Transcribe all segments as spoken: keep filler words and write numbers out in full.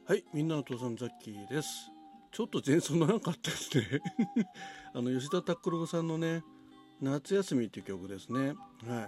はい、みんなの父さんザッキーです。ちょっと前奏長かったですねあの吉田拓郎さんのね夏休みっていう曲ですね。はい、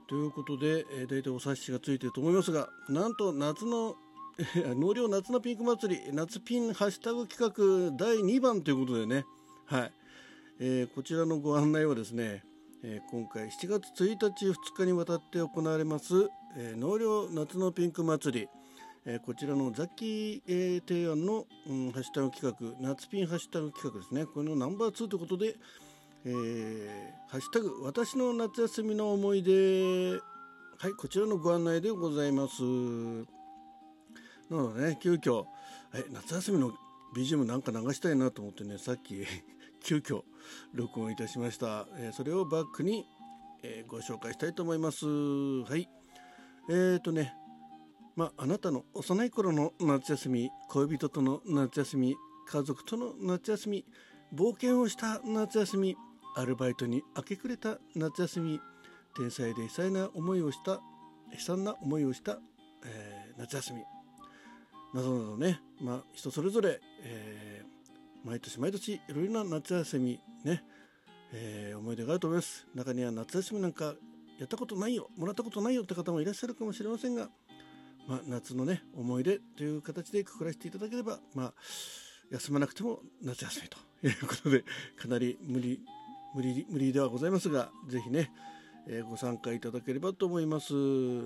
ということで、えー、大体お察しがついていると思いますが、なんと夏の納涼夏のピンク祭り夏ピンハッシュタグ企画だいにばんということでね、はい、えー、こちらのご案内はですね、えー、今回しちがつついたちふつかにわたって行われます、えー、納涼夏のピンク祭り、えー、こちらのザッキー、えー、提案の、うん、ハッシュタグ企画夏ピンハッシュタグ企画ですね。これのナンバーツーということで、えー、ハッシュタグ私の夏休みの思い出、はい、こちらのご案内でございます。なのでね、急遽え夏休みの ビージーエム なんか流したいなと思ってね、さっき急遽録音いたしました。えー、それをバックに、えー、ご紹介したいと思います。はい、えーとねまあ、あなたの幼い頃の夏休み、恋人との夏休み、家族との夏休み、冒険をした夏休み、アルバイトに明け暮れた夏休み、天才で悲惨な思いをした悲惨な思いをした、えー、夏休みなどなどね、まあ、人それぞれ、えー、毎年毎年いろいろな夏休みね、えー、思い出があると思います。中には夏休みなんかやったことないよ、もらったことないよって方もいらっしゃるかもしれませんが、まあ、夏のね思い出という形でくくらせていただければ、まあ、休まなくても夏休みということで、かなり無理無理無理ではございますが、ぜひね、えー、ご参加いただければと思います。はい、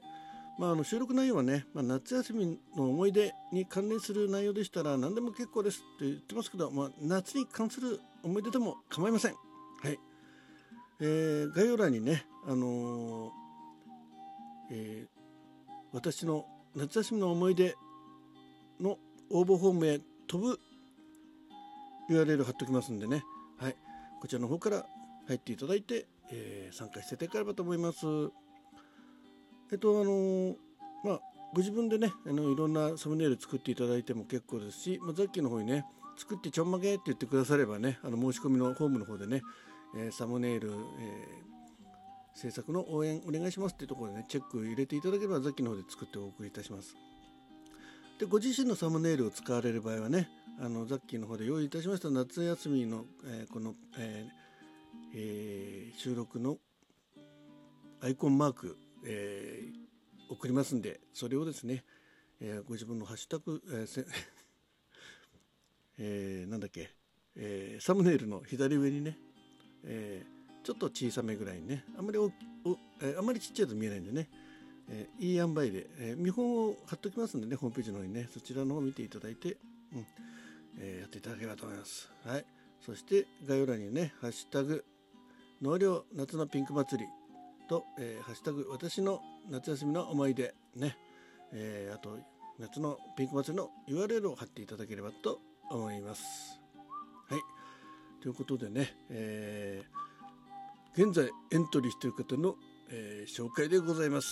まあ、あの収録内容はね、まあ、夏休みの思い出に関連する内容でしたら何でも結構ですって言ってますけど、まあ、夏に関する思い出でも構いません。はい、えー、概要欄にね、あのーえー私の夏休みの思い出の応募フォームへ飛ぶ ユーアールエル 貼っておきますんでね、はい、こちらの方から入っていただいて、えー、参加していただければと思います。えっとあのー、まあご自分でね、あのいろんなサムネイル作っていただいても結構ですし、まあ、ザッキーの方にね作ってちょんまげって言ってくださればね、あの申し込みのフォームの方でね、えー、サムネイル、えー制作の応援お願いしますっていうところでねチェック入れていただければザッキーの方で作ってお送りいたします。でご自身のサムネイルを使われる場合はね、あのザッキーの方で用意いたしました夏休みの、えー、この、えーえー、収録のアイコンマーク、えー、送りますんで、それをですね、えー、ご自分のハッシュタグ、えーえー、なんだっけ、えー、サムネイルの左上にね、えーちょっと小さめぐらいにね、あんまりおお、えー、あんまりちっちゃいと見えないんでね、えー、いい塩梅で、えー、見本を貼っておきますんでね、ホームページの方にね、そちらの方を見ていただいて、うんえー、やっていただければと思います。はい、そして概要欄にね、ハッシュタグ納涼夏のピンク祭りと、えー、ハッシュタグ私の夏休みの思い出ね、えー、あと夏のピンク祭りの ユーアールエル を貼っていただければと思います。はい、ということでね、えー現在エントリーしている方の、えー、紹介でございます。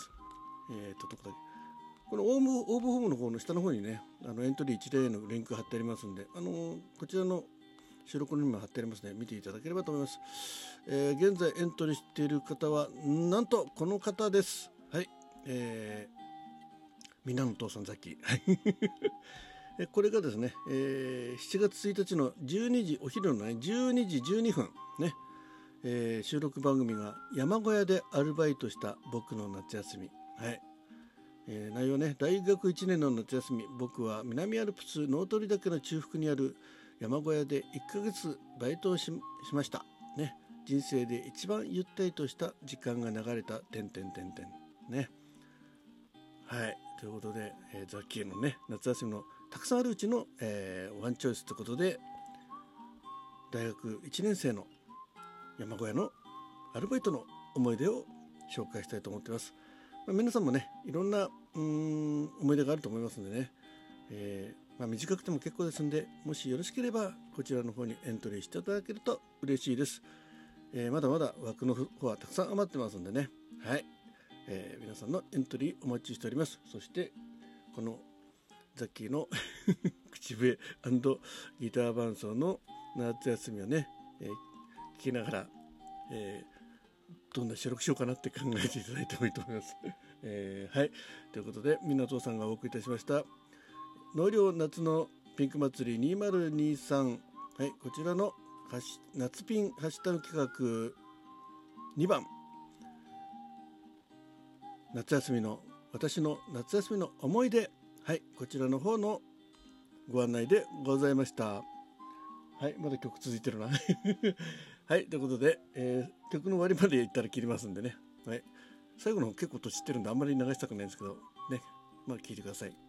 えーと、どこだっけ、この応募応募フォームの方の下の方にね、あのエントリー一例のリンク貼ってありますんで、あのー、こちらの収録にも貼ってありますので見ていただければと思います。えー、現在エントリーしている方はなんとこの方です。はい、えー、みんなの父さんザッキーこれがですね、えー、しちがつついたちのじゅうにじお昼のねじゅうにじじゅうにふんね、えー、収録番組が山小屋でアルバイトした僕の夏休み。はい、えー、内容ね、大学いちねんの夏休み、僕は南アルプス農取岳の中腹にある山小屋でいっかげつバイトを し, しましたね。人生で一番ゆったりとした時間が流れた点点点点ね。はい、ということで、えー、ザッキーのね夏休みのたくさんあるうちの、えー、ワンチョイスということで、大学いちねん生の山小屋のアルバイトの思い出を紹介したいと思っています。まあ、皆さんもねいろんなうーん思い出があると思いますのでね、えーまあ、短くても結構ですので、もしよろしければこちらの方にエントリーしていただけると嬉しいです。えー、まだまだ枠の方はたくさん余ってますんでね、はい、えー、皆さんのエントリーお待ちしております。そしてこのザッキーの口笛&ギター伴奏の夏休みをね、えー聞きながら、えー、どんな収録しようかなって考えていただいてもいいと思いますえー、はいということで湊さんがお送りいたしました納涼夏のピンク祭りにせんにじゅうさん、はい、こちらの夏ピンハッシュタグ企画にばん、夏休みの私の夏休みの思い出、はい、こちらの方のご案内でございました。はい、まだ曲続いてるなはいということで、えー、曲の終わりまでいったら切りますんでね、はい、最後の方結構年知ってるんであんまり流したくないんですけどね、まあ聞いてください。